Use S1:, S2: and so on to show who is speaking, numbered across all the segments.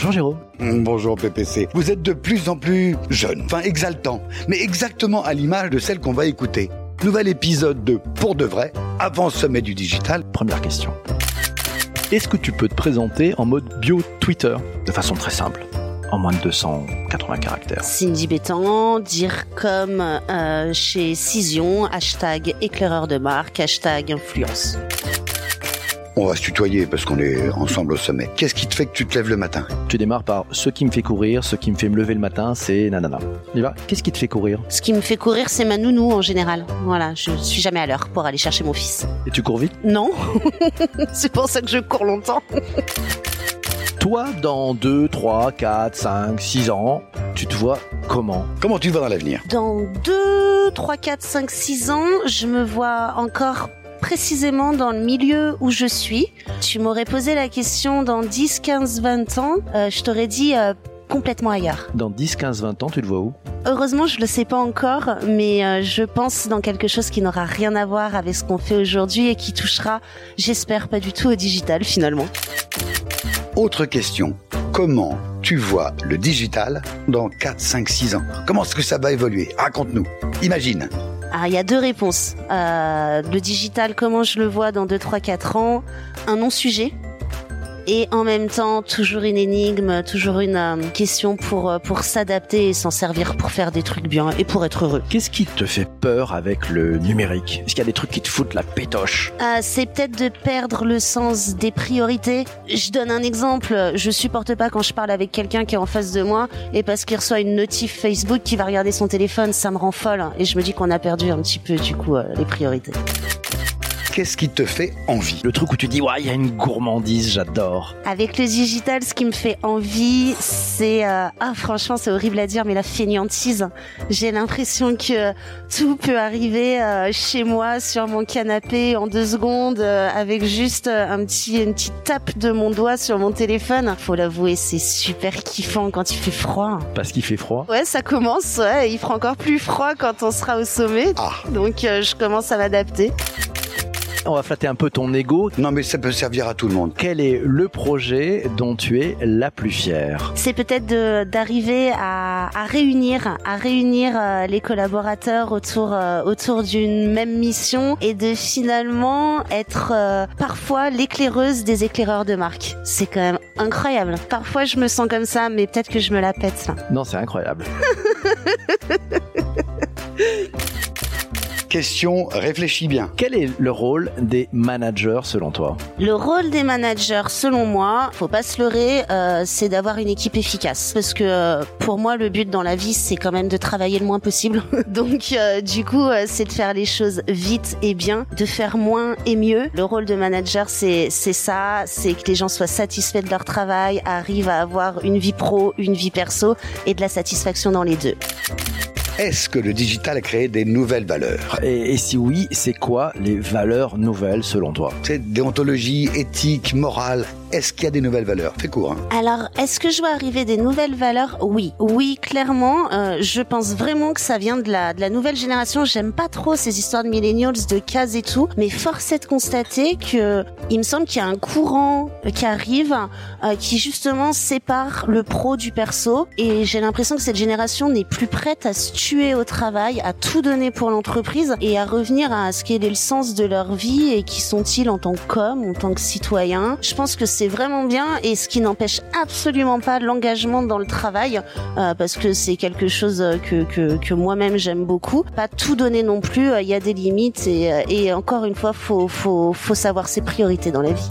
S1: Bonjour Jérôme.
S2: Bonjour PPC. Vous êtes de plus en plus jeune, enfin exaltant, mais exactement à l'image de celle qu'on va écouter. Nouvel épisode de Pour de vrai, avant sommet du digital.
S1: Première question. Est-ce que tu peux te présenter en mode bio Twitter, de façon très simple, en moins de 280 caractères?
S3: Cindy Bétan, dire comme chez Cision, #éclaireur de marque, #influence.
S2: On va se tutoyer parce qu'on est ensemble au sommet. Qu'est-ce qui te fait que tu te lèves le matin?
S1: Tu démarres par ce qui me fait courir, ce qui me fait me lever le matin, c'est nanana. On y va. Qu'est-ce qui te fait courir?
S3: Ce qui me fait courir, c'est ma nounou en général. Voilà, je suis jamais à l'heure pour aller chercher mon fils.
S1: Et tu cours vite?
S3: Non, c'est pour ça que je cours longtemps.
S1: Toi, dans 2, 3, 4, 5, 6 ans, tu te vois comment?
S2: Comment tu te vois dans l'avenir?
S3: Dans 2, 3, 4, 5, 6 ans, je me vois encore précisément dans le milieu où je suis. Tu m'aurais posé la question dans 10, 15, 20 ans, je t'aurais dit complètement ailleurs.
S1: Dans 10, 15, 20 ans, tu te vois où?
S3: Heureusement, je le sais pas encore, mais je pense dans quelque chose qui n'aura rien à voir avec ce qu'on fait aujourd'hui et qui touchera, j'espère, pas du tout au digital finalement.
S2: Autre question. Comment tu vois le digital dans 4, 5, 6 ans? Comment est-ce que ça va évoluer? Raconte-nous. Imagine.
S3: Alors, il y a deux réponses. Le digital, comment je le vois dans 2, 3, 4 ans? Un non-sujet. Et en même temps, toujours une énigme, toujours une question pour s'adapter et s'en servir pour faire des trucs bien et pour être heureux.
S1: Qu'est-ce qui te fait peur avec le numérique? Est-ce qu'il y a des trucs qui te foutent la pétoche?
S3: C'est peut-être de perdre le sens des priorités. Je donne un exemple. Je supporte pas quand je parle avec quelqu'un qui est en face de moi et parce qu'il reçoit une notif Facebook qui va regarder son téléphone, ça me rend folle. Et je me dis qu'on a perdu un petit peu, du coup, les priorités.
S2: Qu'est-ce qui te fait envie?
S1: Le truc où tu dis, ouais, il y a une gourmandise, j'adore.
S3: Avec le digital, ce qui me fait envie, c'est... franchement, c'est horrible à dire, mais la fainéantise. J'ai l'impression que tout peut arriver chez moi, sur mon canapé, en 2 secondes, avec juste une petite tape de mon doigt sur mon téléphone. Faut l'avouer, c'est super kiffant quand il fait froid.
S1: Parce qu'il fait froid?
S3: Ouais, ça commence, ouais. Il fera encore plus froid quand on sera au sommet. Donc, je commence à m'adapter.
S1: On va flatter un peu ton ego.
S2: Non, mais ça peut servir à tout le monde.
S1: Quel est le projet dont tu es la plus fière?
S3: C'est peut-être d'arriver à réunir les collaborateurs autour d'une même mission et de finalement être parfois l'éclaireuse des éclaireurs de marque. C'est quand même incroyable. Parfois, je me sens comme ça, mais peut-être que je me la pète, là.
S1: Non, c'est incroyable.
S2: Question, réfléchis bien.
S1: Quel est le rôle des managers selon toi?
S3: Le rôle des managers, selon moi, faut pas se leurrer, c'est d'avoir une équipe efficace. Parce que pour moi, le but dans la vie, c'est quand même de travailler le moins possible. Donc, du coup, c'est de faire les choses vite et bien, de faire moins et mieux. Le rôle de manager, c'est ça, c'est que les gens soient satisfaits de leur travail, arrivent à avoir une vie pro, une vie perso et de la satisfaction dans les deux.
S2: Est-ce que le digital a créé des nouvelles valeurs?
S1: Et si oui, c'est quoi les valeurs nouvelles selon toi?
S2: C'est déontologie, éthique, morale. Est-ce qu'il y a des nouvelles valeurs? Fais court, hein.
S3: Alors, est-ce que je vois arriver des nouvelles valeurs? Oui, clairement. Je pense vraiment que ça vient de la nouvelle génération. J'aime pas trop ces histoires de millennials, de cases et tout, mais force est de constater que il me semble qu'il y a un courant qui arrive, qui justement sépare le pro du perso. Et j'ai l'impression que cette génération n'est plus prête à se tuer au travail, à tout donner pour l'entreprise et à revenir à ce qu'est le sens de leur vie et qui sont-ils en tant qu'hommes, en tant que citoyens. Je pense que c'est vraiment bien et ce qui n'empêche absolument pas l'engagement dans le travail parce que c'est quelque chose que moi-même j'aime beaucoup. Pas tout donner non plus, il y a des limites et encore une fois faut savoir ses priorités dans la vie.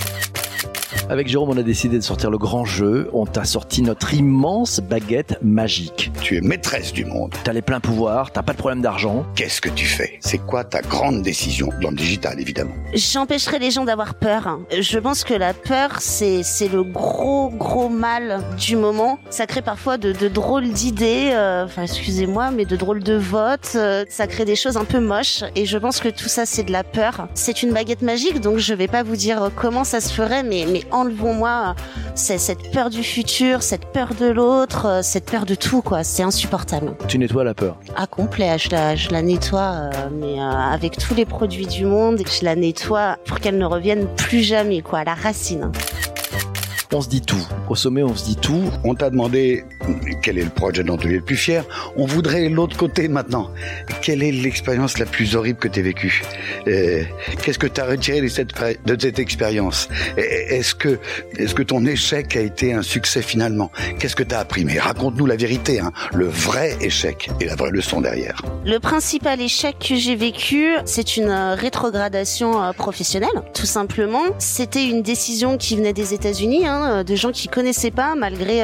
S1: Avec Jérôme, on a décidé de sortir le grand jeu. On t'a sorti notre immense baguette magique.
S2: Tu es maîtresse du monde.
S1: T'as les pleins pouvoirs, t'as pas de problème d'argent.
S2: Qu'est-ce que tu fais? C'est quoi ta grande décision dans le digital, évidemment?
S3: J'empêcherai les gens d'avoir peur. Je pense que la peur, c'est le gros mal du moment. Ça crée parfois de drôles d'idées, excusez-moi, mais de drôles de votes. Ça crée des choses un peu moches. Et je pense que tout ça, c'est de la peur. C'est une baguette magique, donc je vais pas vous dire comment ça se ferait, mais enlevons-moi cette peur du futur, cette peur de l'autre, cette peur de tout, quoi. C'est insupportable.
S1: Tu nettoies la peur?
S3: À complet, je la nettoie, mais avec tous les produits du monde, je la nettoie pour qu'elle ne revienne plus jamais, quoi, à la racine.
S1: On se dit tout. Au sommet, on se dit tout.
S2: On t'a demandé quel est le projet dont tu es le plus fier. On voudrait l'autre côté maintenant. Quelle est l'expérience la plus horrible que tu as vécue? Qu'est-ce que tu as retiré de cette expérience? Est-ce que ton échec a été un succès finalement? Qu'est-ce que tu as appris? Mais raconte-nous la vérité, hein, le vrai échec et la vraie leçon derrière.
S3: Le principal échec que j'ai vécu, c'est une rétrogradation professionnelle, tout simplement. C'était une décision qui venait des États-Unis, de gens qui connaissaient pas, malgré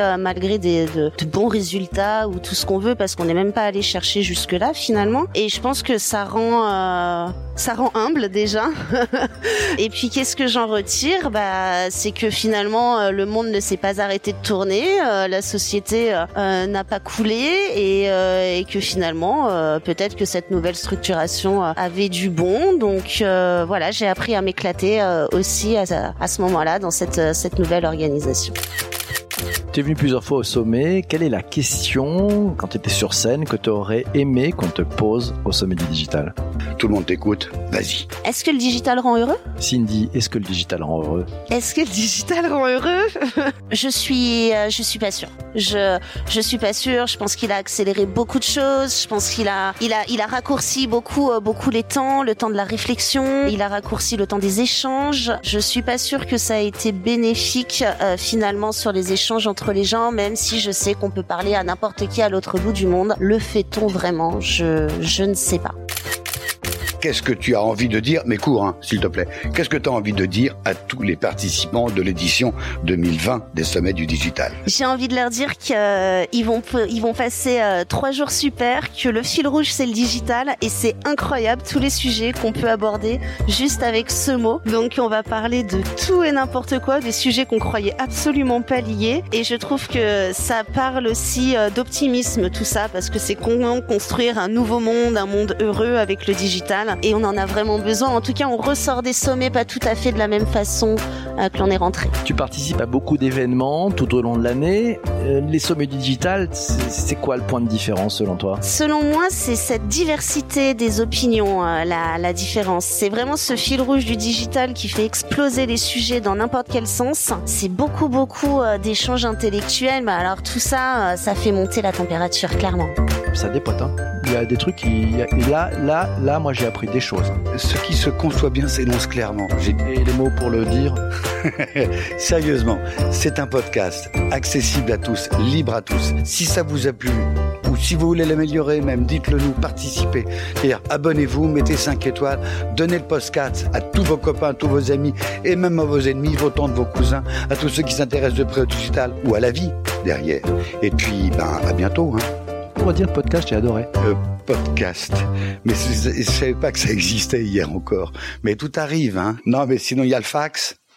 S3: de bons résultats ou tout ce qu'on veut, parce qu'on n'est même pas allé chercher jusque-là finalement. Et je pense que ça rend humble déjà. Et puis qu'est-ce que j'en retire? C'est que finalement le monde ne s'est pas arrêté de tourner, la société n'a pas coulé et que finalement peut-être que cette nouvelle structuration avait du bon. Donc voilà, j'ai appris à m'éclater aussi à ce moment-là dans cette nouvelle organisation.
S1: Tu es venu plusieurs fois au sommet. Quelle est la question, quand tu étais sur scène, que tu aurais aimé qu'on te pose au sommet du digital?
S2: Tout le monde t'écoute, vas-y.
S3: Est-ce que le digital rend heureux?
S1: Cindy, est-ce que le digital rend heureux?
S3: Est-ce que le digital rend heureux? Je suis pas sûre. Je suis pas sûre. Je pense qu'il a accéléré beaucoup de choses. Je pense qu'il a raccourci beaucoup les temps, le temps de la réflexion. Il a raccourci le temps des échanges. Je suis pas sûre que ça a été bénéfique finalement sur les échanges entre les gens, même si je sais qu'on peut parler à n'importe qui à l'autre bout du monde. Le fait-on vraiment? Je ne sais pas.
S2: Qu'est-ce que tu as envie de dire, mais court, hein, s'il te plaît. Qu'est-ce que tu as envie de dire à tous les participants de l'édition 2020 des Sommets du Digital?
S3: J'ai envie de leur dire qu'ils vont passer 3 jours super, que le fil rouge c'est le digital et c'est incroyable tous les sujets qu'on peut aborder juste avec ce mot. Donc on va parler de tout et n'importe quoi, des sujets qu'on croyait absolument pas liés. Et je trouve que ça parle aussi d'optimisme tout ça, parce que c'est comment construire un nouveau monde, un monde heureux avec le digital. Et on en a vraiment besoin. En tout cas, on ressort des sommets pas tout à fait de la même façon que l'on est rentré.
S1: Tu participes à beaucoup d'événements tout au long de l'année. Les sommets du digital, c'est quoi le point de différence selon toi? Selon
S3: moi, c'est cette diversité des opinions, la différence. C'est vraiment ce fil rouge du digital qui fait exploser les sujets dans n'importe quel sens. C'est beaucoup d'échanges intellectuels. Mais alors tout ça, ça fait monter la température, clairement.
S1: Ça dépote, hein. Il y a des trucs qui... Là, moi j'ai appris des choses.
S2: Ce qui se conçoit bien s'énonce clairement.
S1: J'ai les mots pour le dire.
S2: Sérieusement, c'est un podcast accessible à tous, libre à tous. Si ça vous a plu, ou si vous voulez l'améliorer même, dites-le nous, participez. C'est-à-dire, abonnez-vous, mettez 5 étoiles, donnez le podcast à tous vos copains, à tous vos amis, et même à vos ennemis, vos tantes, vos cousins, à tous ceux qui s'intéressent de près au digital, ou à la vie derrière. Et puis, à bientôt, hein.
S1: On va dire podcast, j'ai adoré.
S2: Podcast. Mais je savais pas que ça existait hier encore. Mais tout arrive, hein. Non, mais sinon il y a le fax.